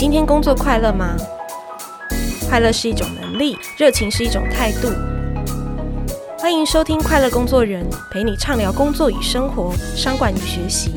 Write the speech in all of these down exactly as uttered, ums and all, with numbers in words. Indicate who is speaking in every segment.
Speaker 1: 今天工作快乐吗？快乐是一种能力，热情是一种态度。欢迎收听快乐工作人，陪你畅聊工作与生活、商管与学习。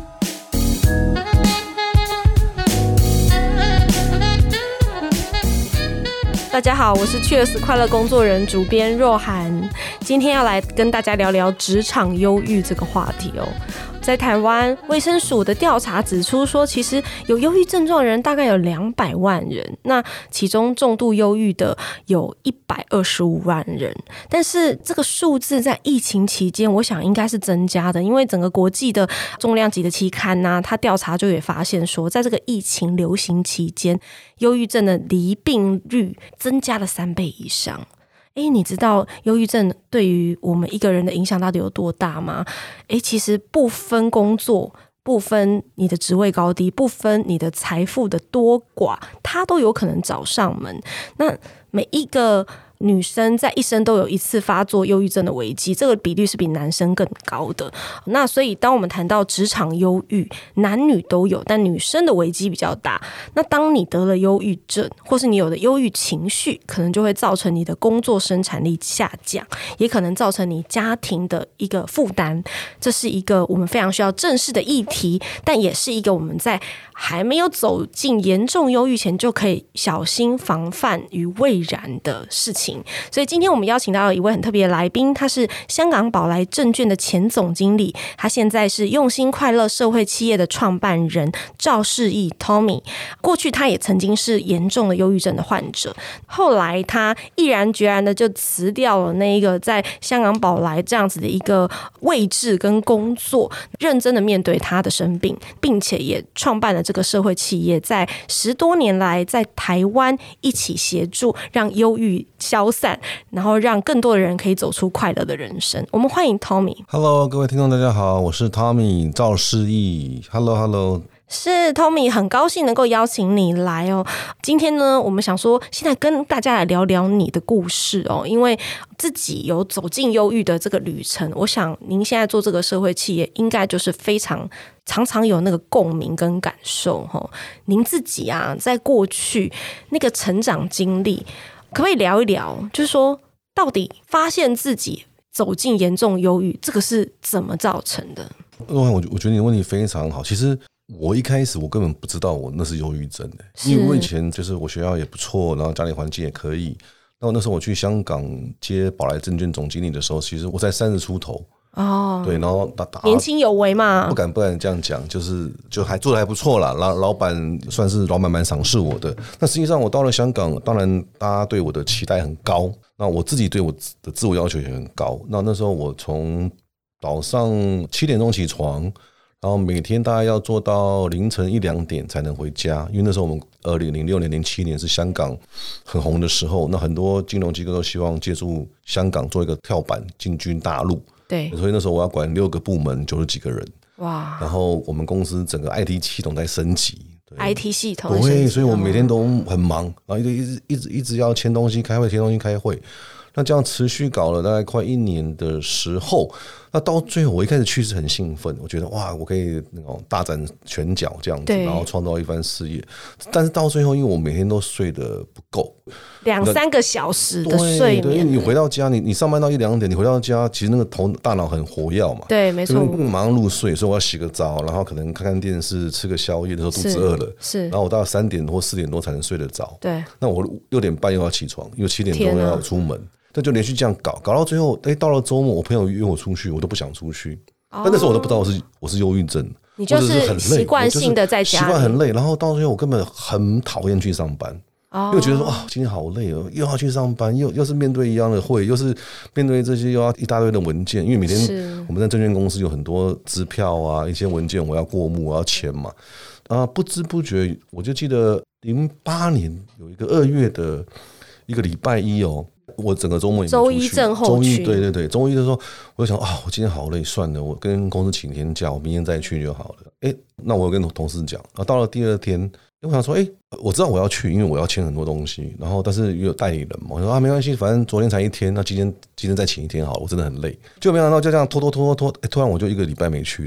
Speaker 1: 大家好，我是 Cheers 快乐工作人主编若涵，今天要来跟大家聊聊职场忧郁这个话题哦。在台湾卫生署的调查指出说，其实有忧郁症状的人大概有两百万人，那其中重度忧郁的有一百二十五万人。但是这个数字在疫情期间我想应该是增加的，因为整个国际的重量级的期刊啊，它调查就也发现说，在这个疫情流行期间，忧郁症的罹病率增加了三倍以上。诶，你知道忧郁症对于我们一个人的影响到底有多大吗？诶，其实不分工作，不分你的职位高低，不分你的财富的多寡，它都有可能找上门。那每一个女生在一生都有一次发作忧郁症的危机，这个比率是比男生更高的。那所以当我们谈到职场忧郁，男女都有，但女生的危机比较大。那当你得了忧郁症，或是你有的忧郁情绪，可能就会造成你的工作生产力下降，也可能造成你家庭的一个负担。这是一个我们非常需要正视的议题，但也是一个我们在还没有走进严重忧郁前就可以小心防范于未然的事情。所以今天我们邀请到一位很特别的来宾，他是香港宝来证券的前总经理，他现在是用心快乐社会企业的创办人赵世义 Tommy。 过去他也曾经是严重的忧郁症的患者，后来他毅然决然的就辞掉了那一个在香港宝来这样子的一个位置跟工作，认真的面对他的生病，并且也创办了这个社会企业，在十多年来在台湾一起协助让忧郁消散，然后让更多的人可以走出快乐的人生。我们欢迎 Tommy。Hello，
Speaker 2: 各位听众大家好，我是 Tommy 赵世义。Hello Hello。
Speaker 1: 是 Tommy， 很高兴能够邀请你来哦。今天呢，我们想说，现在跟大家来聊聊你的故事哦，因为自己有走进忧郁的这个旅程，我想您现在做这个社会企业，应该就是非常常常有那个共鸣跟感受哦。您自己啊，在过去那个成长经历，可不可以聊一聊？就是说，到底发现自己走进严重忧郁，这个是怎么造成的？
Speaker 2: 我我觉得你的问题非常好。其实我一开始我根本不知道我那是忧郁症的，因为我以前就是我学校也不错，然后家里环境也可以。然后那时候我去香港接宝来证券总经理的时候，其实我才三十出头。哦，对，然后打打
Speaker 1: 年轻有为嘛，
Speaker 2: 不敢不敢这样讲，就是就还做得还不错啦。老老板算是老板蛮赏识我的。那实际上我到了香港，当然大家对我的期待很高，那我自己对我的自我要求也很高。那那时候我从早上七点钟起床，然后每天大概要做到凌晨一两点才能回家，因为那时候我们二零零六年、零七年是香港很红的时候，那很多金融机构都希望借助香港做一个跳板进军大陆。对，所以那时候我要管六个部门，九十几个人。哇！然后我们公司整个 I T 系统在升级
Speaker 1: ，I T 系统
Speaker 2: 对，所以我每天都很忙，然后一直一直一直要签东西、开会、签东西、开会。那这样持续搞了大概快一年的时候，那到最后我一开始去是很兴奋，我觉得哇，我可以那种大展拳脚这样子，然后创造一番事业。但是到最后，因为我每天都睡得不够，
Speaker 1: 两三个小时的睡眠，
Speaker 2: 对，你回到家，你你上班到一两点，你回到家，其实那个头大脑很活跃嘛，
Speaker 1: 对，没错，
Speaker 2: 马上入睡，所以我要洗个澡，然后可能看看电视，吃个宵夜的时候肚子饿了，是，然后我到三点或四点多才能睡得着，对，那我六点半又要起床，因为七点钟要出门。那就连续这样搞，搞到最后，哎，到了周末，我朋友约我出去，我都不想出去。哦、但那时候我都不知道我是我是忧郁症，
Speaker 1: 你就是习惯性的在家，
Speaker 2: 习惯很累，然后到最后我根本很讨厌去上班，哦、因为觉得说啊，今天好累哦，又要去上班，又又是面对一样的会，又是面对这些又要一大堆的文件，因为每天我们在证券公司有很多支票啊，一些文件我要过目，我要签嘛，啊，不知不觉我就记得零八年有一个二月的一个礼拜一哦。我整个周末也没出去，
Speaker 1: 周一症候群，
Speaker 2: 对对对，周一的时候我就想啊，我今天好累，算了，我跟公司请天假，我明天再去就好了。哎，那我有跟同事讲，然后到了第二天，我想说，哎，我知道我要去，因为我要签很多东西，然后但是也有代理人嘛，我说啊，没关系，反正昨天才一天，那今天今天再请一天好了，我真的很累，就没想到就这样拖拖拖拖拖，突然我就一个礼拜没去了。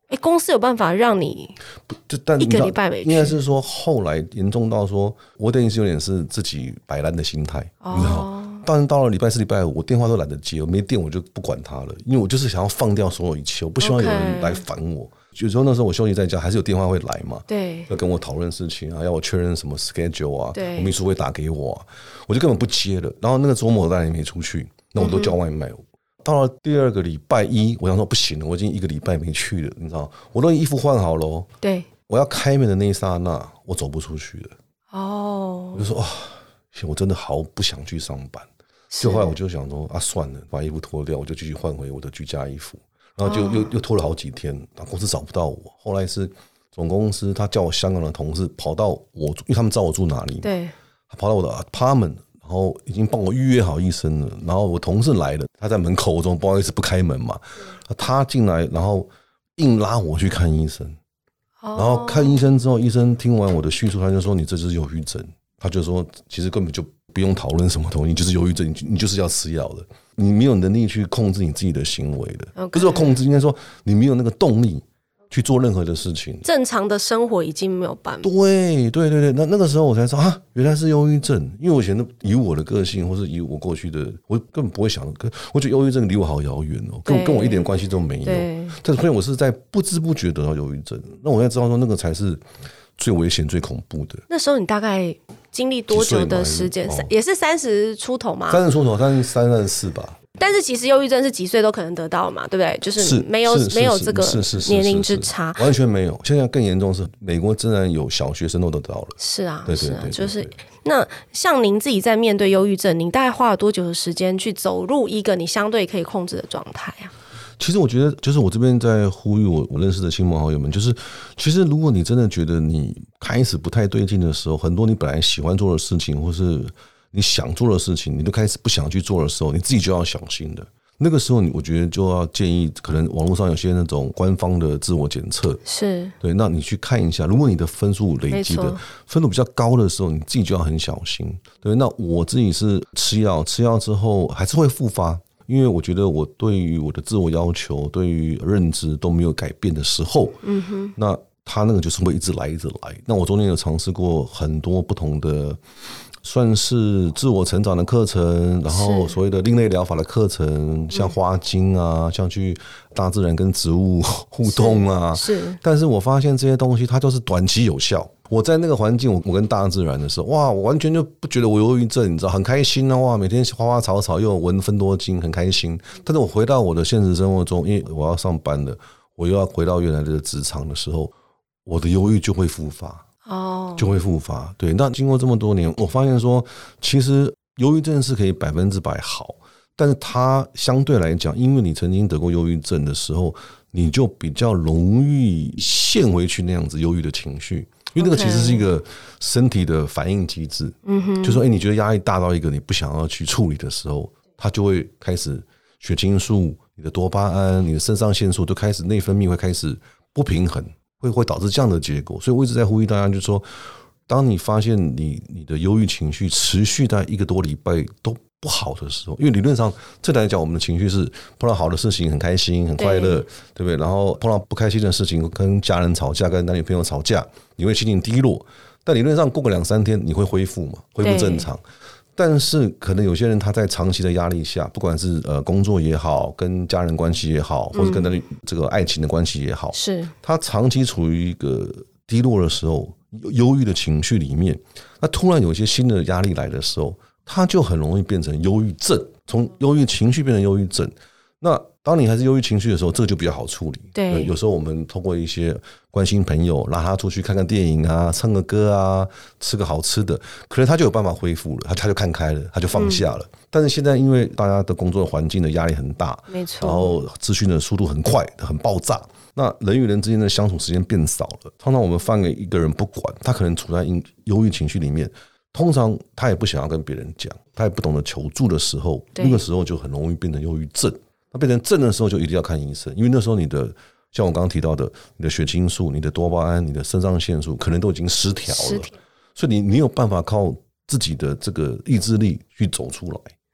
Speaker 1: 哎，公司有办法让你
Speaker 2: 就但
Speaker 1: 一个礼拜没去？
Speaker 2: 应该是说后来严重到说，我等于是有点是自己摆烂的心态，哦、你知道。当然到了礼拜四、礼拜五，我电话都懒得接，我没电我就不管它了，因为我就是想要放掉所有一切，我不希望有人来烦我。Okay. 有时候那时候我休息在家，还是有电话会来嘛，
Speaker 1: 对，
Speaker 2: 要跟我讨论事情啊，要我确认什么 schedule 啊，
Speaker 1: 对，
Speaker 2: 我秘书会打给我、啊，我就根本不接了。然后那个周末我当然也没出去，那我都叫外卖。嗯、到了第二个礼拜一，我想说不行了，我已经一个礼拜没去了，你知道，我都衣服换好了，
Speaker 1: 对，
Speaker 2: 我要开门的那一刹那，我走不出去了。
Speaker 1: 哦，
Speaker 2: 我就说哇、哦，我真的好不想去上班。就后来我就想说啊，算了，把衣服脱掉，我就继续换回我的居家衣服。然后就又、哦、又拖了好几天，公司找不到我。后来是总公司他叫我香港的同事跑到我，因为他们知道我住哪里，
Speaker 1: 对，
Speaker 2: 他跑到我的 apartment， 然后已经帮我预约好医生了。然后我同事来了，他在门口，我说不好意思不开门嘛，他进来，然后硬拉我去看医生。然后看医生之后，医生听完我的叙述，他就说你这就是忧郁症。他就说其实根本就不用讨论什么东西，你就是忧郁症，你就是要吃药的，你没有能力去控制你自己的行为的，
Speaker 1: okay.
Speaker 2: 不是说控制，应该说你没有那个动力去做任何的事情，
Speaker 1: 正常的生活已经没有办法。
Speaker 2: 对对对对，那那个时候我才知道啊，原来是忧郁症。因为我以前以我的个性，或是以我过去的，我根本不会想，我觉得忧郁症离我好遥远哦，跟跟我一点关系都没有。但是所以我是在不知不觉得到忧郁症，那我才知道说那个才是最危险、最恐怖的。
Speaker 1: 那时候你大概经历多久的时间？哦、也是三十出头吗？
Speaker 2: 三十出头，三十三、三十四吧。
Speaker 1: 但是其实忧郁症是几岁都可能得到嘛，对不对？就是没有没有这个年龄之差，
Speaker 2: 完全没有。现在更严重是美国竟然有小学生都得到了。
Speaker 1: 是啊，
Speaker 2: 对对 对, 对，
Speaker 1: 就是那像您自己在面对忧郁症，您大概花了多久的时间去走入一个你相对可以控制的状态啊？
Speaker 2: 其实我觉得，就是我这边在呼吁我我认识的亲朋好友们，就是其实如果你真的觉得你开始不太对劲的时候，很多你本来喜欢做的事情，或是你想做的事情，你都开始不想去做的时候，你自己就要小心的。那个时候，你我觉得就要建议，可能网络上有些那种官方的自我检测，
Speaker 1: 是
Speaker 2: 对，那你去看一下，如果你的分数累积的分数比较高的时候，你自己就要很小心。对，那我自己是吃药，吃药之后还是会复发，因为我觉得我对于我的自我要求、对于认知都没有改变的时候，嗯哼，那他那个就是会一直来，一直来。那我中间有尝试过很多不同的。算是自我成长的课程，然后所谓的另类疗法的课程，像花精啊，嗯、像去大自然跟植物互动啊，
Speaker 1: 是。是
Speaker 2: 但是我发现这些东西它就是短期有效。我在那个环境，我我跟大自然的时候，哇，我完全就不觉得我忧郁症，你知道，很开心啊，哇，每天花花草草又有闻芬多精，很开心。但是我回到我的现实生活中，因为我要上班了，我又要回到原来的职场的时候，我的忧郁就会复发。哦，就会复发。对，那经过这么多年，我发现说，其实忧郁症是可以百分之百好，但是它相对来讲，因为你曾经得过忧郁症的时候，你就比较容易陷回去那样子忧郁的情绪，因为那个其实是一个身体的反应机制。嗯哼，就说，哎、欸，你觉得压力大到一个你不想要去处理的时候，它就会开始血清素、你的多巴胺、你的肾上腺素都开始内分泌会开始不平衡。会会导致这样的结果，所以我一直在呼吁大家，就是说，当你发现你你的忧郁情绪持续在一个多礼拜都不好的时候，因为理论上这来讲，我们的情绪是碰到好的事情很开心很快乐， 对, 对不对？然后碰到不开心的事情，跟家人吵架、跟男女朋友吵架，你会心情低落，但理论上过个两三天你会恢复嘛，恢复正常。但是可能有些人他在长期的压力下，不管是呃工作也好，跟家人关系也好，或者跟他这个爱情的关系也好，是他长期处于一个低落的时候，忧郁的情绪里面，那突然有一些新的压力来的时候，他就很容易变成忧郁症，从忧郁情绪变成忧郁症。那当你还是忧郁情绪的时候，这个就比较好处理。对，有时候我们通过一些关心朋友，拉他出去看看电影啊，唱个歌啊，吃个好吃的，可能他就有办法恢复了，他他就看开了，他就放下了。嗯、但是现在因为大家的工作环境的压力很大，没错，然后资讯的速度很快，很爆炸，那人与人之间的相处时间变少了。通常我们放给一个人不管，他可能处在忧郁情绪里面。通常他也不想要跟别人讲，他也不懂得求助的时候，那个时候就很容易变成忧郁症。那变成症的时候就一定要看医生，因为那时候你的像我刚刚提到的，你的血清素、你的多巴胺、你的肾上腺素可能都已经失调了，所以你没有办法靠自己的这个意志力去走出来。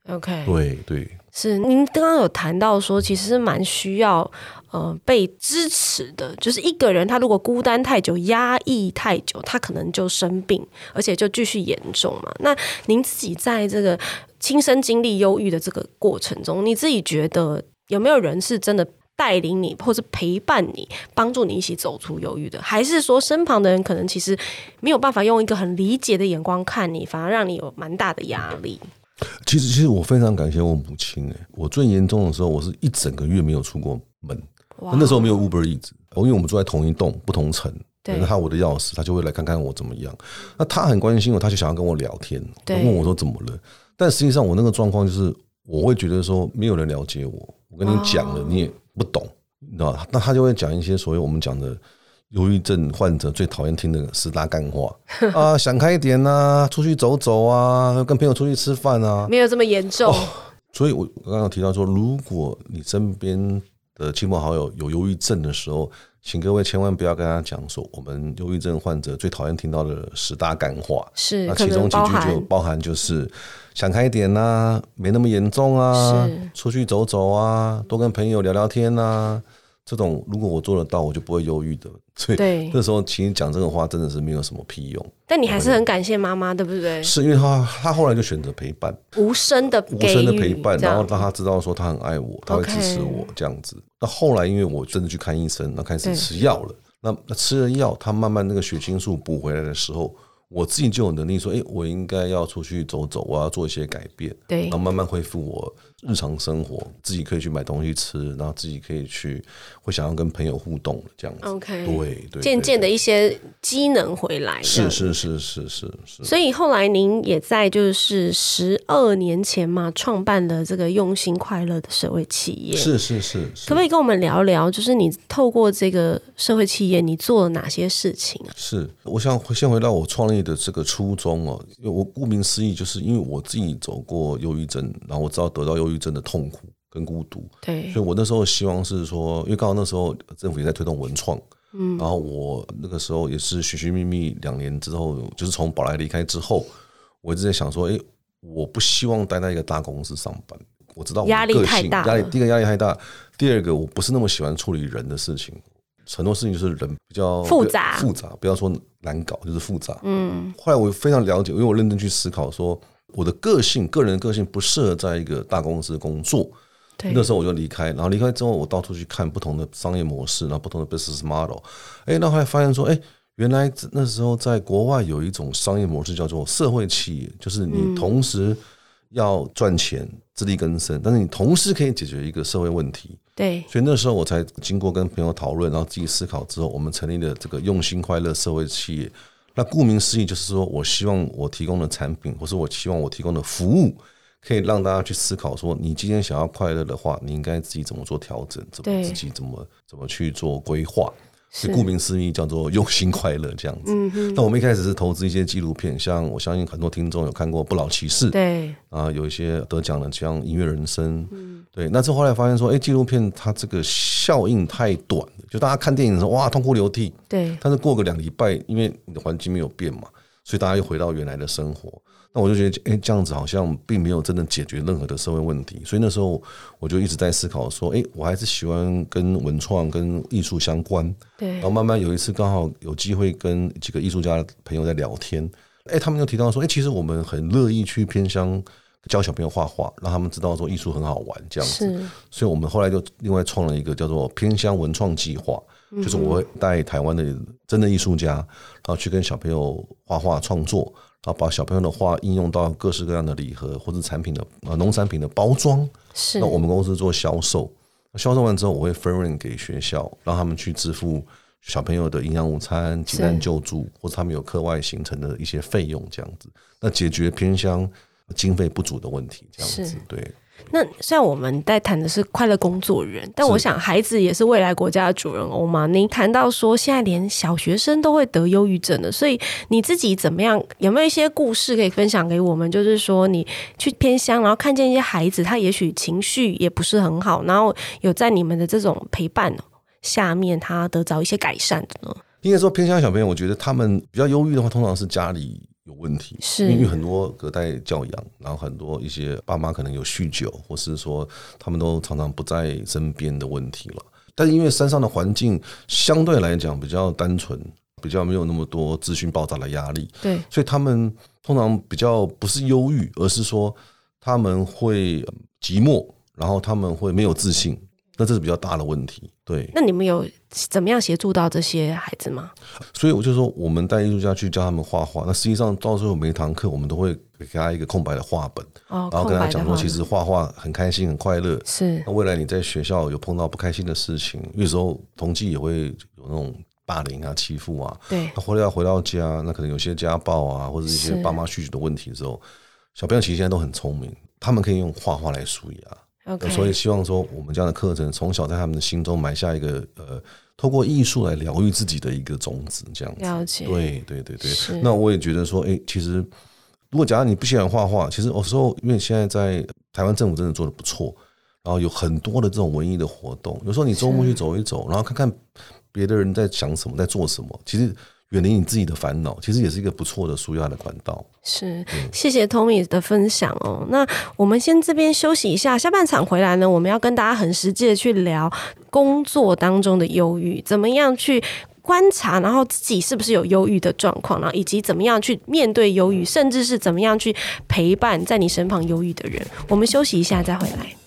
Speaker 1: OK，
Speaker 2: 对对，
Speaker 1: 是您刚刚有谈到说，其实是蛮需要呃被支持的。就是一个人他如果孤单太久、压抑太久，他可能就生病，而且就继续严重嘛。那您自己在这个亲身经历忧郁的这个过程中，你自己觉得有没有人是真的带领你，或是陪伴你，帮助你一起走出忧郁的？还是说身旁的人可能其实没有办法用一个很理解的眼光看你，反而让你有蛮大的压力？
Speaker 2: 其实，其实我非常感谢我母亲。哎，我最严重的时候，我是一整个月没有出过门。那时候没有 Uber Eats， 因为我们住在同一栋不同层，那他我的钥匙，他就会来看看我怎么样。那他很关心我，他就想要跟我聊天，问我说怎么了。但实际上我那个状况就是，我会觉得说没有人了解我，我跟你讲了，你也不懂，你知道吧？那他就会讲一些所谓我们讲的忧郁症患者最讨厌听的十大干话啊，想开一点啊，出去走走啊，跟朋友出去吃饭啊，
Speaker 1: 没有这么严重。哦，
Speaker 2: 所以我刚刚有提到说，如果你身边的亲朋好友有忧郁症的时候，请各位千万不要跟他讲说我们忧郁症患者最讨厌听到的十大干话，
Speaker 1: 是
Speaker 2: 那其中几句就包含就是想开一点啊，没那么严重啊，出去走走啊，多跟朋友聊聊天啊，这种如果我做得到，我就不会忧郁的。所以那时候其实讲这个话真的是没有什么屁用。
Speaker 1: 但你还是很感谢妈妈，对不对？
Speaker 2: 是因为他他后来就选择陪伴，
Speaker 1: 无声的
Speaker 2: 无声的陪伴，然后让他知道说他很爱我，他会支持我这样子。那后来因为我真的去看医生，那开始吃药了，那那吃了药，他慢慢那个血清素补回来的时候，我自己就有能力说，哎、欸，我应该要出去走走，我要做一些改变，
Speaker 1: 对，
Speaker 2: 然后慢慢恢复我日常生活，自己可以去买东西吃，然后自己可以去会想要跟朋友互动这样子。
Speaker 1: OK，
Speaker 2: 对对，
Speaker 1: 渐渐的一些机能回来，
Speaker 2: 是是是是是是。
Speaker 1: 所以后来您也在就是十二年前嘛，创办了这个用心快乐的社会企业。
Speaker 2: 是是是是，
Speaker 1: 可不可以跟我们聊聊，就是你透过这个社会企业，你做了哪些事情啊？
Speaker 2: 是，我想先回到我创立的这个初衷哦，因为我顾名思义，就是因为我自己走过忧郁症，然后我知道得到忧郁症的痛苦跟孤独，
Speaker 1: 对，
Speaker 2: 所以我那时候希望是说，因为刚好那时候政府也在推动文创，嗯，然后我那个时候也是寻寻觅觅两年之后，就是从宝来离开之后，我一直在想说，哎，我不希望待在一个大公司上班，我知道我的
Speaker 1: 压力太大，
Speaker 2: 压力第一个压力太大，第二个我不是那么喜欢处理人的事情。很多事情就是人比较
Speaker 1: 复杂，
Speaker 2: 复杂，不要说难搞，就是复杂。嗯，后来我非常了解，因为我认真去思考说，我的个性，个人的个性不适合在一个大公司工作。对，那时候我就离开，然后离开之后，我到处去看不同的商业模式，然后不同的 business model。哎，那后来发现说，哎，原来那时候在国外有一种商业模式叫做社会企业，就是你同时要赚钱、自力更生，但是你同时可以解决一个社会问题。
Speaker 1: 对，
Speaker 2: 所以那时候我才经过跟朋友讨论，然后自己思考之后，我们成立了这个用心快乐社会企业。那顾名思义，就是说我希望我提供的产品，或是我希望我提供的服务，可以让大家去思考说，你今天想要快乐的话，你应该自己怎么做调整，怎么自己怎么怎么去做规划。所以顾名思义叫做用心快乐这样子。嗯、那我们一开始是投资一些纪录片，像我相信很多听众有看过《不老骑士》，
Speaker 1: 对
Speaker 2: 啊，有一些得奖的像《音乐人生》，嗯，对。那之后后来发现说，哎、欸，纪录片它这个效应太短了，就大家看电影的时候哇痛哭流涕，
Speaker 1: 对。
Speaker 2: 但是过个两礼拜，因为你的环境没有变嘛，所以大家又回到原来的生活。那我就觉得，哎、欸，这样子好像并没有真的解决任何的社会问题，所以那时候我就一直在思考说，哎、欸，我还是喜欢跟文创、跟艺术相关。
Speaker 1: 对。
Speaker 2: 然后慢慢有一次刚好有机会跟几个艺术家的朋友在聊天，哎、欸，他们就提到说，哎、欸，其实我们很乐意去偏乡教小朋友画画，让他们知道说艺术很好玩这样子。所以我们后来就另外创了一个叫做偏乡文创计划，嗯、就是我会带台湾的真的艺术家，然后去跟小朋友画画创作。然后把小朋友的画应用到各式各样的礼盒或者产品的呃农产品的包装，是那我们公司做销售，销售完之后我会分润给学校，让他们去支付小朋友的营养午餐、急难救助，或者他们有课外行程的一些费用，这样子，那解决偏乡经费不足的问题，这样子对。
Speaker 1: 那虽然我们在谈的是快乐工作人，但我想孩子也是未来国家的主人翁嘛。您谈到说现在连小学生都会得忧郁症的，所以你自己怎么样？有没有一些故事可以分享给我们？就是说你去偏乡，然后看见一些孩子，他也许情绪也不是很好，然后有在你们的这种陪伴下面，他得着一些改善的呢？
Speaker 2: 应该说偏乡小朋友，我觉得他们比较忧郁的话，通常是家里有问题，
Speaker 1: 是
Speaker 2: 因为很多隔代教养，然后很多一些爸妈可能有酗酒，或是说他们都常常不在身边的问题了。但是因为山上的环境相对来讲比较单纯，比较没有那么多资讯爆炸的压力，
Speaker 1: 对，
Speaker 2: 所以他们通常比较不是忧郁，而是说他们会寂寞，然后他们会没有自信，那这是比较大的问题。对，
Speaker 1: 那你们有怎么样协助到这些孩子吗？
Speaker 2: 所以我就说，我们带艺术家去教他们画画，那实际上到时候每一堂课我们都会给他一个空白的画本，
Speaker 1: 哦、
Speaker 2: 然后跟他讲说，其实画画很开心很快乐。
Speaker 1: 是，
Speaker 2: 那未来你在学校有碰到不开心的事情，有时候同济也会有那种霸凌啊、欺负啊，
Speaker 1: 对，
Speaker 2: 那回到回到家，那可能有些家暴啊，或者一些爸妈酗酒的问题的时候，小朋友其实现在都很聪明，他们可以用画画来抒压。
Speaker 1: Okay.
Speaker 2: 所以希望说，我们这样的课程从小在他们的心中埋下一个呃，透过艺术来疗愈自己的一个种子，这样子。
Speaker 1: 了解，
Speaker 2: 对对对对。那我也觉得说，哎、欸，其实如果假如你不喜欢画画，其实有时候因为现在在台湾政府真的做得不错，然后有很多的这种文艺的活动，有时候你周末去走一走，然后看看别的人在想什么，在做什么，其实远离你自己的烦恼，其实也是一个不错的抒压的管道。
Speaker 1: 是，谢谢 Tommy 的分享哦。那我们先这边休息一下，下半场回来呢，我们要跟大家很实际的去聊工作当中的忧郁，怎么样去观察，然后自己是不是有忧郁的状况，然后以及怎么样去面对忧郁，甚至是怎么样去陪伴在你身旁忧郁的人。我们休息一下再回来。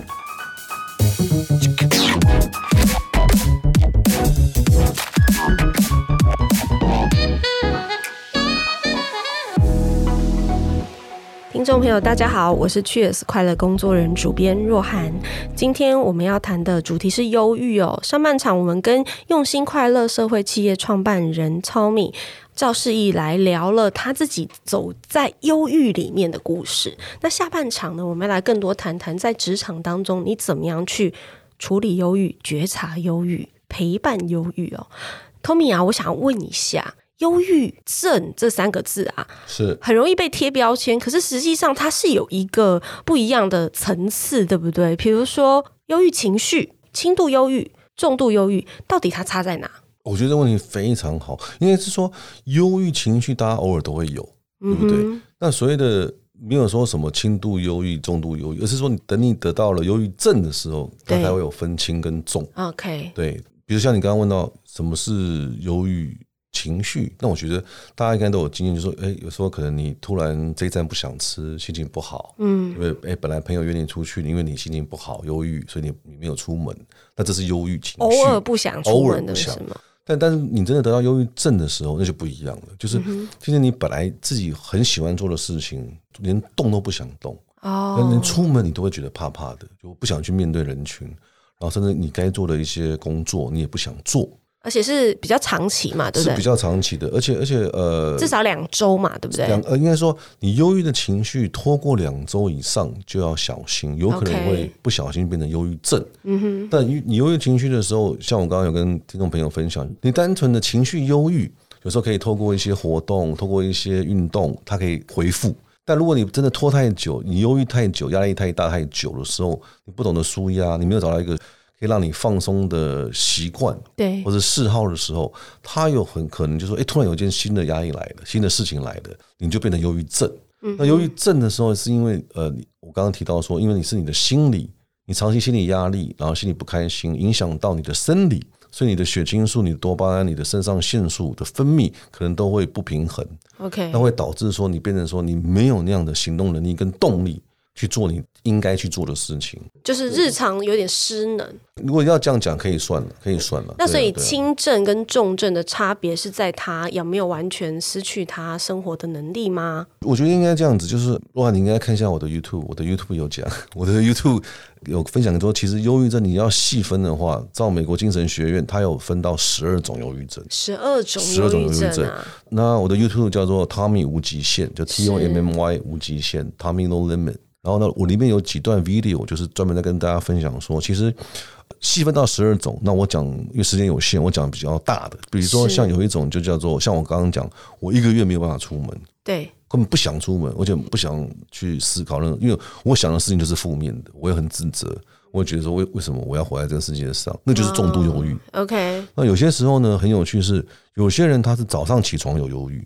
Speaker 1: 听众朋友大家好，我是 Cheers 快乐工作人主编若涵。今天我们要谈的主题是忧郁哦。上半场我们跟用心快乐社会企业创办人 Tommy 赵世义来聊了他自己走在忧郁里面的故事。那下半场呢，我们来更多谈谈在职场当中你怎么样去处理忧郁、觉察忧郁、陪伴忧郁哦。Tommy 啊，我想问一下，忧郁症这三个字啊，
Speaker 2: 是
Speaker 1: 很容易被贴标签，可是实际上它是有一个不一样的层次，对不对？比如说忧郁情绪、轻度忧郁、重度忧郁，到底它差在哪？我
Speaker 2: 觉得这个问题非常好，应该是说忧郁情绪大家偶尔都会有，对不对？嗯、那所谓的没有说什么轻度忧郁、重度忧郁，而是说你等你得到了忧郁症的时候，它才会有分轻跟重。
Speaker 1: OK，
Speaker 2: 对，比如像你刚刚问到什么是忧郁情绪，那我觉得大家应该都有经验，就是说，哎，有时候可能你突然这一餐不想吃，心情不好，嗯，因为哎，本来朋友约你出去，因为你心情不好、忧郁，所以你你没有出门，那这是忧郁情绪。
Speaker 1: 偶尔不想出门的是吗？
Speaker 2: 但但是你真的得到忧郁症的时候，那就不一样了。就是其实你本来自己很喜欢做的事情，连动都不想动，哦，连出门你都会觉得怕怕的，就不想去面对人群，然后甚至你该做的一些工作，你也不想做。
Speaker 1: 而且是比较长期嘛，对不对？
Speaker 2: 是比较长期的，而且而且呃，
Speaker 1: 至少两周嘛，对不对？
Speaker 2: 两呃，应该说你忧郁的情绪拖过两周以上就要小心，有可能会不小心变成忧郁症。嗯哼。但你忧郁情绪的时候，像我刚刚有跟听众朋友分享，你单纯的情绪忧郁，有时候可以透过一些活动，透过一些运动，它可以恢复。但如果你真的拖太久，你忧郁太久，压力太大太久的时候，你不懂得抒压，你没有找到一个可以让你放松的习惯，对，或者嗜好的时候，它有很可能就说，哎，突然有一件新的压力来了，新的事情来了，你就变成忧郁症。嗯、那忧郁症的时候，是因为呃，我刚刚提到说，因为你是你的心理，你长期心理压力，然后心里不开心，影响到你的生理，所以你的血清素、你的多巴胺、你的肾上腺素的分泌可能都会不平衡。OK， 那会导致说你变成说你没有那样的行动能力跟动力去做你应该去做的事情，
Speaker 1: 就是日常有点失能。
Speaker 2: 如果要这样讲，可以算了，可以算了。
Speaker 1: 那所以轻症跟重症的差别是在他有没有完全失去他生活的能力吗？
Speaker 2: 我觉得应该这样子，就是若涵，你应该看一下我的 YouTube， 我的 YouTube 有讲，我的 YouTube 有分享说，其实忧郁症你要细分的话，照美国精神学院，它有分到十二种忧郁症，
Speaker 1: 十二种忧郁症啊。
Speaker 2: 那我的 YouTube 叫做 Tommy 无极限，就 T O M M Y 无极限 ，Tommy No Limit。然后呢，我里面有几段 video， 就是专门在跟大家分享说，其实细分到十二种。那我讲，因为时间有限，我讲比较大的，比如说像有一种就叫做，像我刚刚讲，我一个月没有办法出门，对，根本不想出门，而且不想去思考任何，因为我想的事情就是负面的，我也很自责，我也觉得说为为什么我要活在这个世界上，那就是重度忧郁。Oh, OK， 那有些时候呢，很有趣是，有些人他是早上起床有忧郁。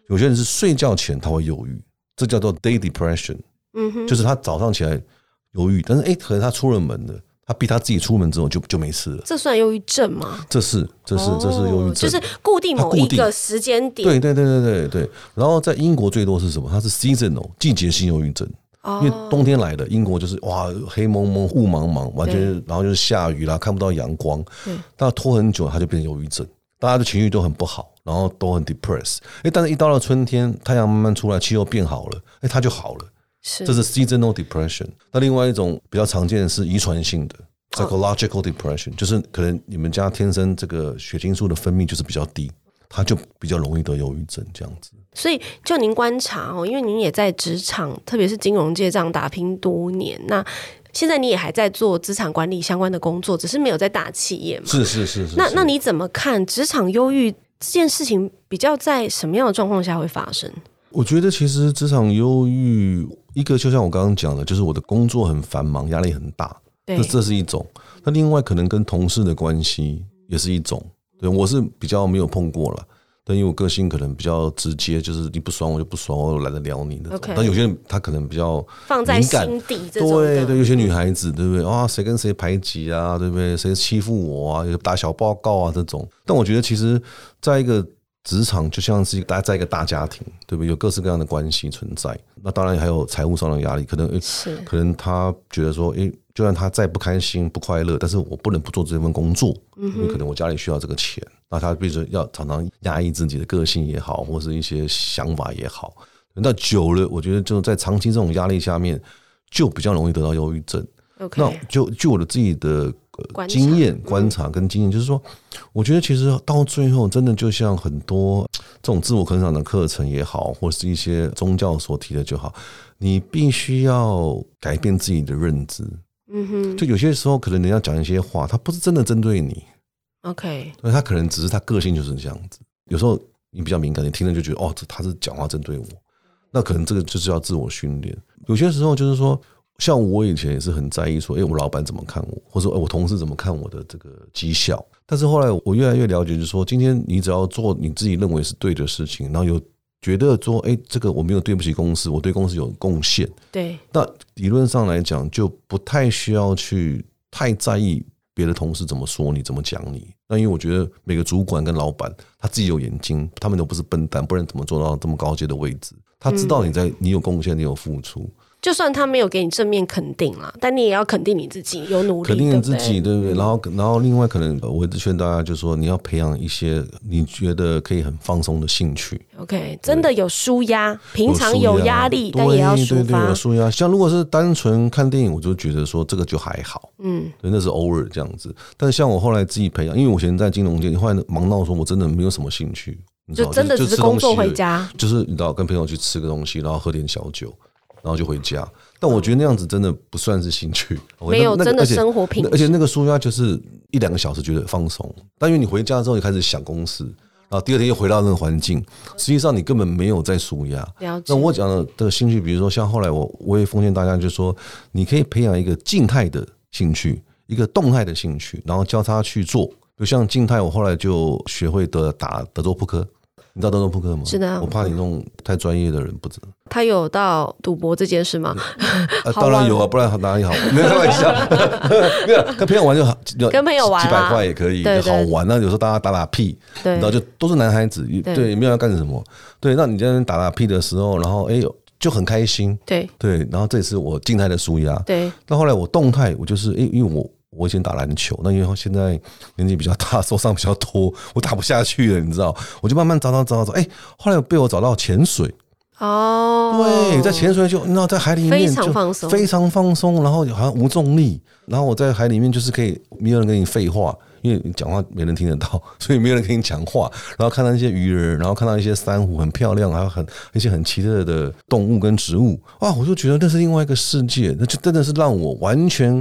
Speaker 2: 有些人是睡觉前他会忧郁，这叫做 day depression，嗯哼，就是他早上起来忧郁，但是哎，可能他出了门了，他逼他自己出门之后就就没事了。
Speaker 1: 这算忧郁症吗？
Speaker 2: 这是，这是，哦、这是忧郁症，
Speaker 1: 就是固定某一个时间点。
Speaker 2: 对对对对对对。然后在英国最多是什么？它是 seasonal 季节性忧郁症。因为冬天来了，英国就是哇黑蒙蒙雾茫茫，完全然后就是下雨啦，看不到阳光，但拖很久，它就变成忧郁症，大家的情绪都很不好，然后都很 depressed。哎，但是一到了春天，太阳慢慢出来，气候变好了，哎，它就好了。是，这是 seasonal depression。那另外一种比较常见的是遗传性的 psychological depression，、哦、就是可能你们家天生这个血清素的分泌就是比较低，它就比较容易得忧郁症这样子。
Speaker 1: 所以就您观察哦，因为您也在职场，特别是金融界这样打拼多年，那现在你也还在做资产管理相关的工作，只是没有在大企业嘛。
Speaker 2: 是是是 是, 是。
Speaker 1: 那那你怎么看职场忧郁这件事情比较在什么样的状况下会发生？
Speaker 2: 我觉得其实职场忧郁，一个就像我刚刚讲的，就是我的工作很繁忙，压力很大，这这是一种。那另外可能跟同事的关系也是一种。对，我是比较没有碰过了。但因为我个性可能比较直接，就是你不爽我就不爽，我懒得聊你那种。Okay. 但有些人他可能比较
Speaker 1: 放在心底这种的，
Speaker 2: 对对，有些女孩子对不对啊？谁跟谁排挤啊？对不对？谁欺负我啊？有打小报告啊这种。但我觉得其实在一个职场就像是大家在一个大家庭，对不对？有各式各样的关系存在。那当然还有财务上的压力，可能可能他觉得说，哎，就算他再不开心、不快乐，但是我不能不做这份工作，嗯、因为可能我家里需要这个钱。那他必须要常常压抑自己的个性也好，或是一些想法也好。那久了，我觉得就在长期这种压力下面，就比较容易得到忧郁症。Okay. 那就就我的自己的经验观察跟经验，就是说，我觉得其实到最后，真的就像很多这种自我成长的课程也好，或是一些宗教所提的就好，你必须要改变自己的认知。嗯哼，就有些时候可能人家讲一些话，他不是真的针对你。
Speaker 1: OK，
Speaker 2: 他可能只是他个性就是这样子。有时候你比较敏感，你听了就觉得哦，他是讲话针对我，那可能这个就是要自我训练。有些时候就是说，像我以前也是很在意说，哎、欸，我老板怎么看我，或者说、欸、我同事怎么看我的这个绩效。但是后来我越来越了解，就是说，今天你只要做你自己认为是对的事情，然后有觉得说，哎、欸，这个我没有对不起公司，我对公司有贡献，
Speaker 1: 对，
Speaker 2: 那理论上来讲，就不太需要去太在意别的同事怎么说你，怎么讲你。那因为我觉得每个主管跟老板他自己有眼睛，他们都不是笨蛋，不然怎么做到这么高阶的位置？他知道你在，你有贡献，你有付出。就
Speaker 1: 算他没有给你正面肯定啦，但你也要肯定你自己有努力，
Speaker 2: 肯定你自己，对不对？然后，然后另外可能我一直劝大家，就是说你要培养一些你觉得可以很放松的兴趣。
Speaker 1: OK， 真的有抒压，平常有压力，但也要抒发。对对对，
Speaker 2: 有抒压。像如果是单纯看电影，我就觉得说这个就还好，嗯，对，那是偶尔这样子。但是像我后来自己培养，因为我以前在金融界，后来忙到说我真的没有什么兴趣，
Speaker 1: 就真的只是工作回家，
Speaker 2: 就是你知道跟朋友去吃个东西，然后喝点小酒。然后就回家，但我觉得那样子真的不算是兴趣，
Speaker 1: 没有真的生活品质。
Speaker 2: 而且那个抒压就是一两个小时觉得放松，但因为你回家之后你开始想公事，然后第二天又回到那个环境，实际上你根本没有在抒压。那我讲的的兴趣，比如说像后来我我也奉劝大家，就是说你可以培养一个静态的兴趣，一个动态的兴趣，然后交叉去做。比如像静态，我后来就学会的打德州扑克。你知道德州扑克吗？
Speaker 1: 是的，
Speaker 2: 我怕你那种太专业的人不知道。
Speaker 1: 他有到赌博这件事吗？
Speaker 2: 啊、当然有啊，不然哪里好？没有开玩笑，没有跟朋友玩就好，
Speaker 1: 跟朋友玩、啊、
Speaker 2: 几百块也可以，对对好玩。那有时候大家打打屁，对，然后就都是男孩子，对，对没有要干什么。对，那你在那边打打屁的时候，然后哎呦就很开心，
Speaker 1: 对
Speaker 2: 对。然后这也是我静态的抒压，
Speaker 1: 对。
Speaker 2: 那后来我动态，我就是哎，因为我。我以前打篮球，那因为现在年纪比较大，受伤比较多，我打不下去了，你知道？我就慢慢找找找找，哎、欸，后来被我找到潜水。哦，对，在潜水就你知道，在海里面
Speaker 1: 非常放松，
Speaker 2: 非常放松，然后好像无重力，然后我在海里面就是可以没有人跟你废话，因为你讲话没人听得到，所以没有人跟你讲话。然后看到一些鱼儿，然后看到一些珊瑚很漂亮，还有很一些很奇特的动物跟植物，哇，我就觉得那是另外一个世界，那就真的是让我完全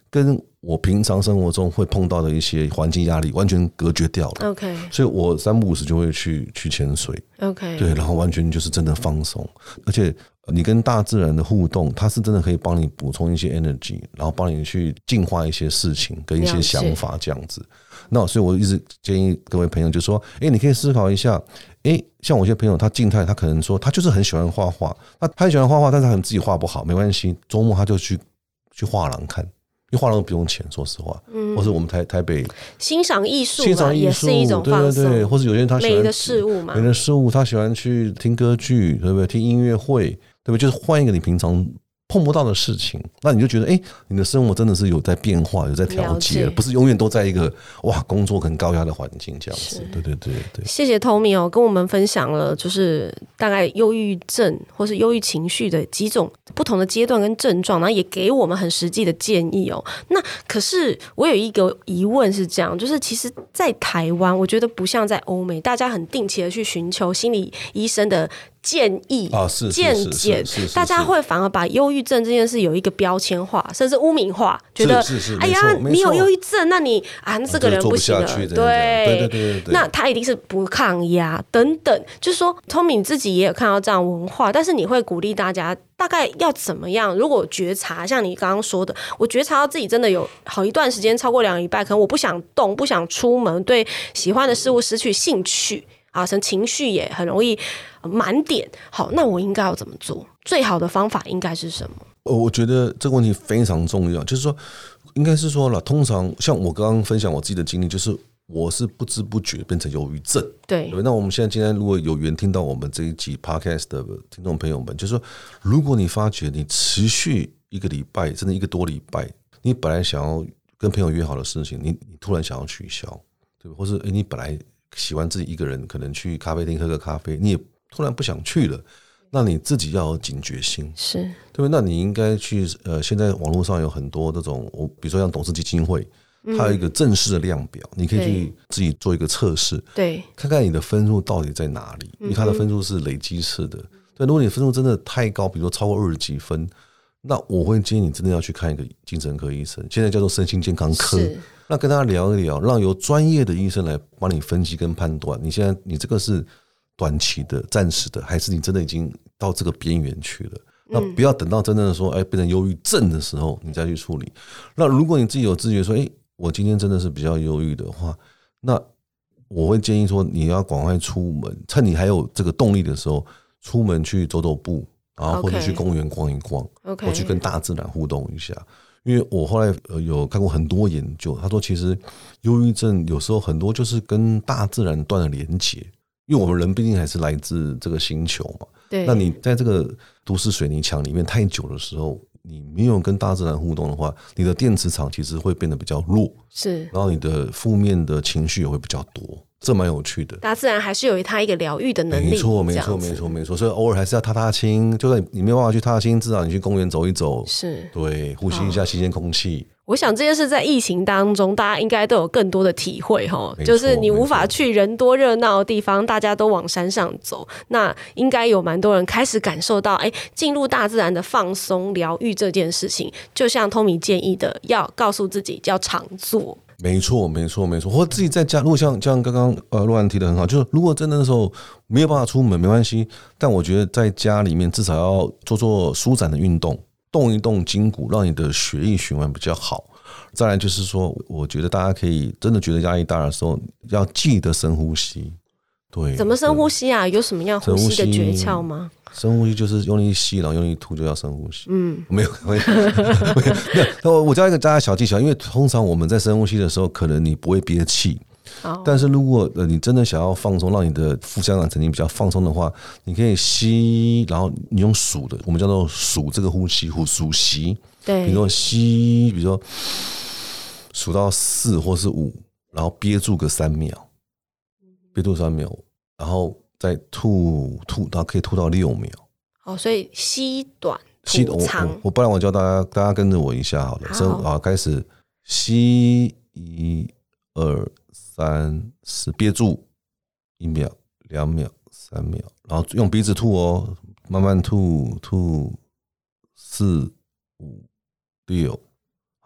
Speaker 2: 跟我平常生活中会碰到的一些环境压力完全隔绝掉了。
Speaker 1: OK，
Speaker 2: 所以我三不五时就会去去潜水。
Speaker 1: OK，
Speaker 2: 对，然后完全就是真的放松，而且你跟大自然的互动，它是真的可以帮你补充一些 energy， 然后帮你去净化一些事情跟一些想法这样子。那所以我一直建议各位朋友就说，哎、欸，你可以思考一下，哎、欸，像我一些朋友他静态，他可能说他就是很喜欢画画，那他很喜欢画画，但是他可能自己画不好，没关系，周末他就去去画廊看。因为画廊不用钱，说实话，嗯，或是我们台台北
Speaker 1: 欣赏艺术，
Speaker 2: 欣赏艺术
Speaker 1: 也是一种放松，
Speaker 2: 对对对，或是有些人他喜欢
Speaker 1: 美的事物嘛，
Speaker 2: 美的事物，他喜欢去听歌剧，对不对？听音乐会，对不对？就是换一个你平常碰不到的事情，那你就觉得，哎、欸，你的生活真的是有在变化，有在调节，不是永远都在一个哇工作很高压的环境这样子。对对对对。
Speaker 1: 谢谢 Tommy 哦，跟我们分享了就是大概忧郁症或是忧郁情绪的几种不同的阶段跟症状，然后也给我们很实际的建议哦。那可是我有一个疑问是这样，就是其实，在台湾，我觉得不像在欧美，大家很定期的去寻求心理医生的建议
Speaker 2: 啊，是
Speaker 1: 见解，大家会反而把忧郁症这件事有一个标签化，甚至污名化，觉得哎呀，你有忧郁症，那你啊，这个人不行了，对
Speaker 2: 对对对对，
Speaker 1: 那他一定是不抗压等等。就是说 ，Tommy 你自己也有看到这样文化，但是你会鼓励大家大概要怎么样？如果觉察，像你刚刚说的，我觉察到自己真的有好一段时间，超过两个礼拜，可能我不想动，不想出门，对喜欢的事物失去兴趣。啊，成情绪也很容易满点。好，那我应该要怎么做？最好的方法应该是什么？
Speaker 2: 我觉得这个问题非常重要，就是说，应该是说了，通常像我刚刚分享我自己的经历，就是我是不知不觉变成忧郁症。
Speaker 1: 对，
Speaker 2: 那我们现在今天如果有缘听到我们这一集 podcast 的听众朋友们，就是说，如果你发觉你持续一个礼拜，甚至一个多礼拜，你本来想要跟朋友约好的事情，你你突然想要取消，对吧？或是哎，你本来喜欢自己一个人，可能去咖啡厅喝个咖啡，你也突然不想去了，那你自己要有警觉心，
Speaker 1: 是
Speaker 2: 对不对？那你应该去呃，现在网络上有很多这种，我比如说像董事基金会，它有一个正式的量表，嗯、你可以去自己做一个测试，
Speaker 1: 对，
Speaker 2: 看看你的分数到底在哪里，因为它的分数是累积式的。对，如果你分数真的太高，比如说超过二十几分，那我会建议你真的要去看一个精神科医生，现在叫做身心健康科。那跟他聊一聊，让由专业的医生来帮你分析跟判断，你现在你这个是短期的、暂时的，还是你真的已经到这个边缘去了？那不要等到真正的说，哎，变成忧郁症的时候，你再去处理。那如果你自己有自觉说，哎，我今天真的是比较忧郁的话，那我会建议说，你要赶快出门，趁你还有这个动力的时候，出门去走走步，然后或者去公园逛一逛，
Speaker 1: okay.
Speaker 2: 或去跟大自然互动一下。因为我后来有看过很多研究，他说其实忧郁症有时候很多就是跟大自然断了连结，因为我们人毕竟还是来自这个星球嘛。
Speaker 1: 对，
Speaker 2: 那你在这个都市水泥墙里面太久的时候，你没有跟大自然互动的话，你的电磁场其实会变得比较弱，
Speaker 1: 是，
Speaker 2: 然后你的负面的情绪也会比较多。这蛮有趣的，
Speaker 1: 大自然还是有它一个疗愈的能力，
Speaker 2: 没错，没错，没错，没错。所以偶尔还是要踏踏青，就算你没有办法去踏青，至少你去公园走一走，
Speaker 1: 是
Speaker 2: 对，呼吸一下新鲜空气。
Speaker 1: 我想这件事在疫情当中，大家应该都有更多的体会哈，就是你无法去人多热闹的地方，大家都往山上走，那应该有蛮多人开始感受到，哎，进入大自然的放松疗愈这件事情，就像 Tommy 建议的，要告诉自己要常做。
Speaker 2: 没错，没错，没错。或自己在家，如果像像刚刚呃洛安提的很好，就是如果真的那时候没有办法出门，没关系，但我觉得在家里面至少要做做舒展的运动，动一动筋骨，让你的血液循环比较好。再来就是说，我觉得大家可以真的觉得压力大的时候，要记得深呼吸。对，怎
Speaker 1: 么深呼吸啊？有什么样呼吸的诀窍吗？
Speaker 2: 深呼吸就是用力吸，然后用力吐，就叫深呼吸。嗯，没有，没有，没有。我教一个大家小技巧，因为通常我们在深呼吸的时候，可能你不会憋气。Oh. 但是如果你真的想要放松，让你的副交感神经比较放松的话，你可以吸，然后你用数的，我们叫做数这个呼吸，数吸。
Speaker 1: 对，
Speaker 2: 比如说吸，比如说数到四或是五，然后憋住个三秒，憋住三秒，然后再吐吐到可以吐到六秒。
Speaker 1: 哦，所以吸短
Speaker 2: 吐长。我, 我不然我教大家，大家跟着我一下好了。好，好，开始吸一二三四，憋住一秒、两秒、三秒，然后用鼻子吐哦，慢慢吐，吐四五六，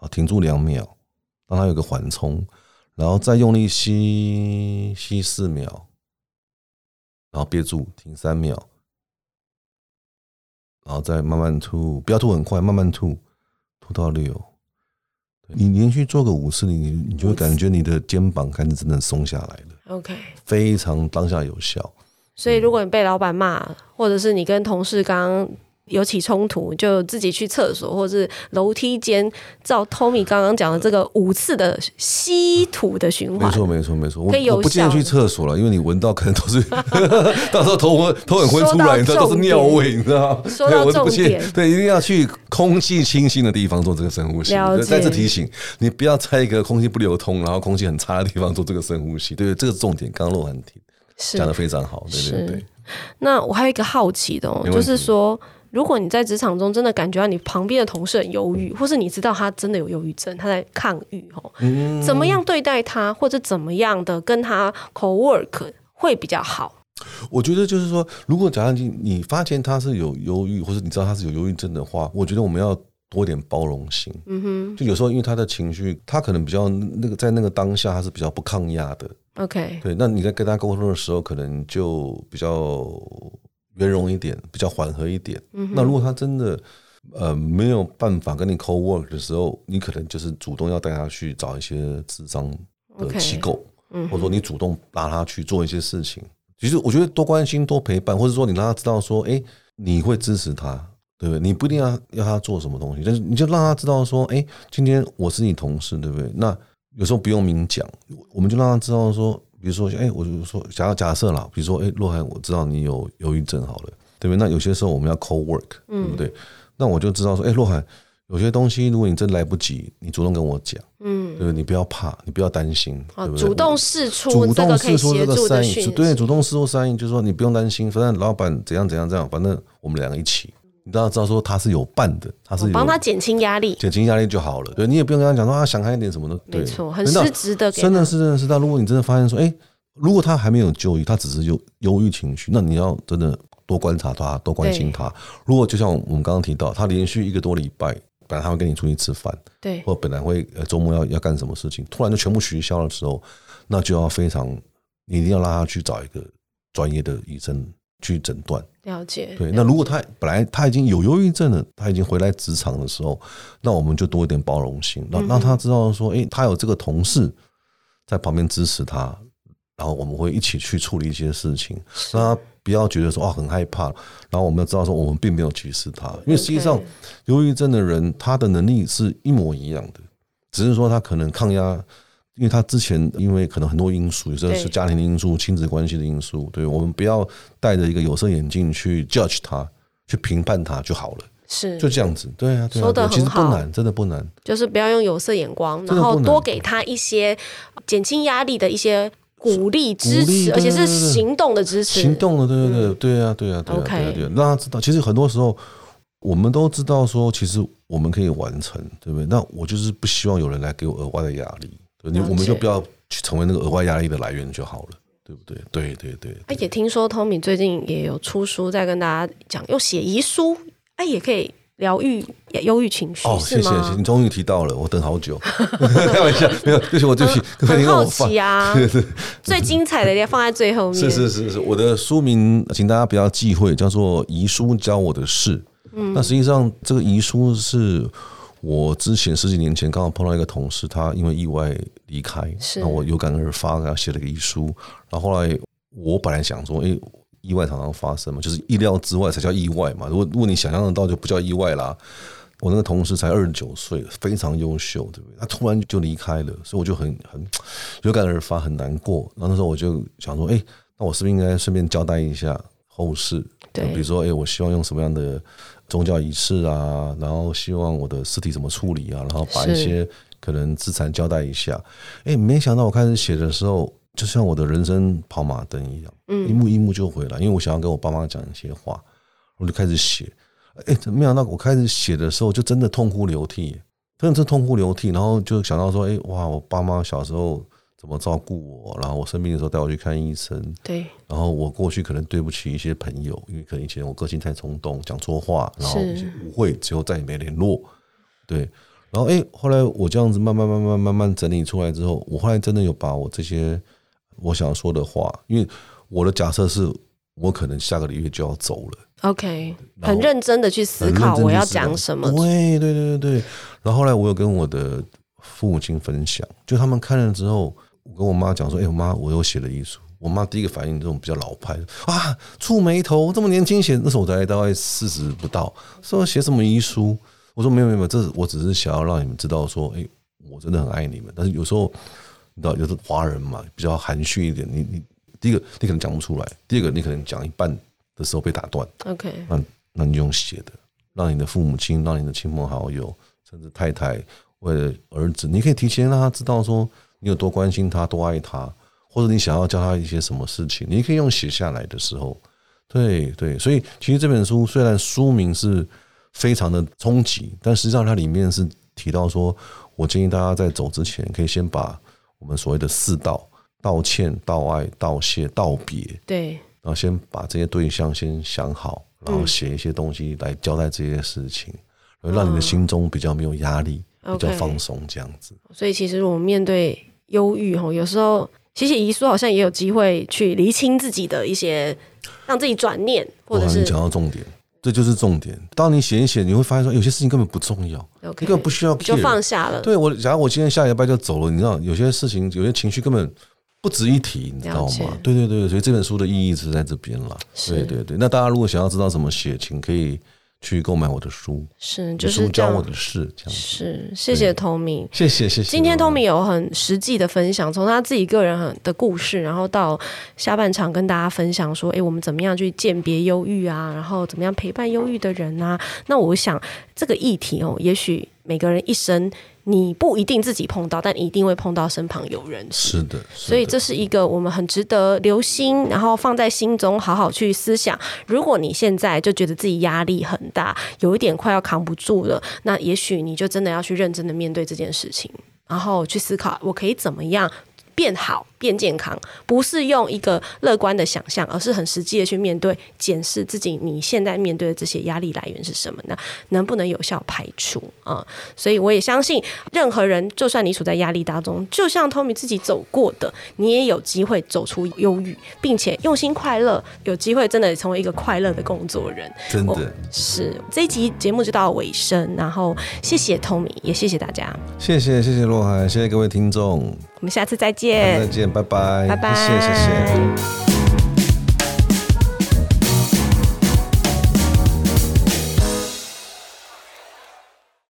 Speaker 2: 好，停住两秒，让它有个缓冲，然后再用力吸吸四秒，然后憋住停三秒，然后再慢慢吐，不要吐很快，慢慢吐，吐到六。你连续做个五次，你你就会感觉你的肩膀开始真的松下来了。
Speaker 1: OK，
Speaker 2: 非常当下有效。
Speaker 1: 所以如果你被老板骂，或者是你跟同事刚刚有起冲突，就自己去厕所或是楼梯间，照 Tommy 刚刚讲的这个五次的吸吐的循环，
Speaker 2: 没错没错没错，
Speaker 1: 可以有效。
Speaker 2: 我不建议去厕所了，因为你闻到可能都是到时候头头很会出来，你知道都是尿味，你知道吗？
Speaker 1: 说到重点，
Speaker 2: 对，一定要去空气清新的地方做这个深呼吸。再次提醒你，不要在一个空气不流通，然后空气很差的地方做这个深呼吸。对，这个重点，刚刚洛涵提讲得非常好。对对对。
Speaker 1: 那我还有一个好奇的哦，就是说，如果你在职场中真的感觉到你旁边的同事很忧郁，或是你知道他真的有忧郁症，他在抗郁哦，嗯、怎么样对待他，或者怎么样的跟他 co-work 会比较好？
Speaker 2: 我觉得就是说，如果假如你你发现他是有忧郁，或者你知道他是有忧郁症的话，我觉得我们要多一点包容心。嗯哼，就有时候因为他的情绪，他可能比较那个在那个当下他是比较不抗压的。
Speaker 1: OK，
Speaker 2: 对，那你在跟他沟通的时候，可能就比较圆融一点，比较缓和一点。嗯、那如果他真的呃没有办法跟你 co-work 的时候，你可能就是主动要带他去找一些諮商的机构， okay, 嗯、或者说你主动拉他去做一些事情。其实我觉得多关心、多陪伴，或者说你让他知道说，哎，你会支持他，对不对？你不一定要要他做什么东西，但是你就让他知道说，哎，今天我是你同事，对不对？那有时候不用明讲，我们就让他知道说，比如说，哎，我就说，假如假设啦，比如说，哎，洛涵，我知道你有忧郁症，好了，对不对？那有些时候我们要 co-work，、嗯、对不对？那我就知道说，哎，洛涵，有些东西如果你真来不及，你主动跟我讲，嗯，对不对？你不要怕，你不要担心，
Speaker 1: 哦、
Speaker 2: 对不对？
Speaker 1: 主动释出这个可以协助的讯息，
Speaker 2: 对，主动释出善意，就是说你不用担心，反正老板怎样怎样这样，反正我们两个一起。你都要知道说他是有伴的，他是有
Speaker 1: 帮他减轻压力，
Speaker 2: 减轻压力就好了。对，你也不用跟他讲说啊，想开一点什么的。
Speaker 1: 没错，很实质的给他。
Speaker 2: 真的是真的是，但如果你真的发现说，哎，如果他还没有就医，他只是有忧郁情绪，那你要真的多观察他，多关心他。如果就像我们刚刚提到，他连续一个多礼拜，本来他会跟你出去吃饭，对，或本来会周末要要干什么事情，突然就全部取消的时候，那就要非常，你一定要让他去找一个专业的医生去诊断。
Speaker 1: 了解，
Speaker 2: 对。那如果他本来他已经有忧郁症了，他已经回来职场的时候，那我们就多一点包容心，让让他知道说，哎、欸，他有这个同事在旁边支持他，然后我们会一起去处理一些事情，让他不要觉得说啊很害怕。然后我们要知道说，我们并没有歧视他，因为实际上忧郁症的人他的能力是一模一样的，只是说他可能抗压。因为他之前因为可能很多因素，有时候是家庭的因素、亲子关系的因素，对，我们不要戴着一个有色眼镜去 judge 他，去评判他就好了，是就这样子，对啊，对啊，
Speaker 1: 说得很好，
Speaker 2: 其实不难，真的不难，
Speaker 1: 就是不要用有色眼光，然后多给他一些减轻压力的一些鼓励、支持，而且是行动的支持，
Speaker 2: 行动的，对对对，对啊，对啊，对啊，对啊，对啊，让他知道，其实很多时候我们都知道说，其实我们可以完成，对不对？那我就是不希望有人来给我额外的压力。你我们就不要去成为那个额外压力的来源就好了，对不对？对对 对, 對。
Speaker 1: 哎，也听说 Tommy 最近也有出书，在跟大家讲，又写遗书，哎，也可以疗愈忧郁情绪。哦，
Speaker 2: 谢谢，你终于提到了，我等好久。开玩笑，没有，对不起，我对不起，
Speaker 1: 很好奇啊。最精彩的要放在最后面。
Speaker 2: 是是是是，我的书名，请大家不要忌讳，叫做《遗书教我的事》。嗯，那实际上这个遗书是。我之前十几年前刚好碰到一个同事，他因为意外离开，那我有感而发，给他写了个遗书。然后后来我本来想说，哎、欸，意外常常发生嘛，就是意料之外才叫意外嘛。如果如果你想象得到，就不叫意外啦。我那个同事才二十九岁，非常优秀，对不对？他突然就离开了，所以我就很很有感而发，很难过。然后那时候我就想说，哎、欸，那我是不是应该顺便交代一下后事？对，比如说，哎、欸，我希望用什么样的宗教仪式啊，然后希望我的尸体怎么处理啊，然后把一些可能资产交代一下。哎，没想到我开始写的时候，就像我的人生跑马灯一样，嗯，一幕一幕就回来。因为我想要跟我爸妈讲一些话，我就开始写。哎，没想到我开始写的时候，就真的痛哭流涕，真的是痛哭流涕。然后就想到说，哎，哇，我爸妈小时候怎么照顾我，然后我生病的时候带我去看医生，对，然后我过去可能对不起一些朋友，因为可能以前我个性太冲动，讲错话，然后一些误会，之后再也没联络，对，然然后哎、欸，后来我这样子慢慢慢慢慢慢整理出来之后，我后来真的有把我这些我想说的话，因为我的假设是我可能下个礼拜就要走了。
Speaker 1: OK， 很认真的去思考我要讲什么。
Speaker 2: 对对对对对。然后后来我有跟我的父母亲分享，就他们看了之后，我跟我妈讲说：“哎、欸，我妈，我有写了遗书。”我妈第一个反应这种比较老派啊，触眉头，这么年轻写，那时候我才大概四十不到，说写什么遗书？我说没有没有，这我只是想要让你们知道说，哎、欸，我真的很爱你们。但是有时候你知道，有的华人嘛，比较含蓄一点，你你第一个你可能讲不出来，第二个你可能讲一半的时候被打断。
Speaker 1: OK，
Speaker 2: 那那你用写的，让你的父母亲，让你的亲朋好友，甚至太太，为了儿子，你可以提前让他知道说你有多关心他，多爱他，或者你想要教他一些什么事情，你可以用写下来的时候，对对。所以其实这本书虽然书名是非常的冲击，但实际上它里面是提到说，我建议大家在走之前，可以先把我们所谓的四道：道歉、道爱、道谢、道别，
Speaker 1: 对，
Speaker 2: 然后先把这些对象先想好，然后写一些东西来交代这些事情，嗯、让你的心中比较没有压力，嗯、比较放松这样子。
Speaker 1: 所以其实我们面对忧郁，有时候写写遗书好像也有机会去厘清自己的一些，让自己转念，或者是
Speaker 2: 你讲到重点。这就是重点。当你写一写，你会发现说有些事情根本不重要，
Speaker 1: okay,
Speaker 2: 你根本不需要 care，
Speaker 1: 就放下了。
Speaker 2: 对我，假如我今天下礼拜就走了，你知道有些事情、有些情绪根本不值一提，你知道吗？对对对，所以这本书的意义是在这边啦。对对对，那大家如果想要知道怎么写，请可以去购买我的书，
Speaker 1: 是就是
Speaker 2: 书教我的事，这样
Speaker 1: 是。谢谢 Tommy，
Speaker 2: 谢谢谢谢。
Speaker 1: 今天 Tommy 有很实际的分享，从他自己个人的故事，然后到下半场跟大家分享说，哎，我们怎么样去鉴别忧郁啊，然后怎么样陪伴忧郁的人啊。那我想这个议题哦，也许每个人一生你不一定自己碰到，但一定会碰到身旁有人。
Speaker 2: 是的，
Speaker 1: 所以这是一个我们很值得留心，然后放在心中好好去思想。如果你现在就觉得自己压力很大，有一点快要扛不住了，那也许你就真的要去认真的面对这件事情，然后去思考我可以怎么样变好变健康，不是用一个乐观的想象，而是很实际的去面对检视自己你现在面对的这些压力来源是什么呢？能不能有效排除啊、嗯？所以我也相信任何人，就算你处在压力当中，就像 Tommy 自己走过的，你也有机会走出忧郁，并且用心快乐，有机会真的成为一个快乐的工作人。
Speaker 2: 真的、
Speaker 1: 哦、是这一集节目就到尾声，然后谢谢 Tommy， 也谢谢大家，
Speaker 2: 谢谢谢谢若涵，谢谢各位听众，
Speaker 1: 我们下次再见，
Speaker 2: 再见，拜拜，
Speaker 1: 拜拜，
Speaker 2: 谢谢谢谢。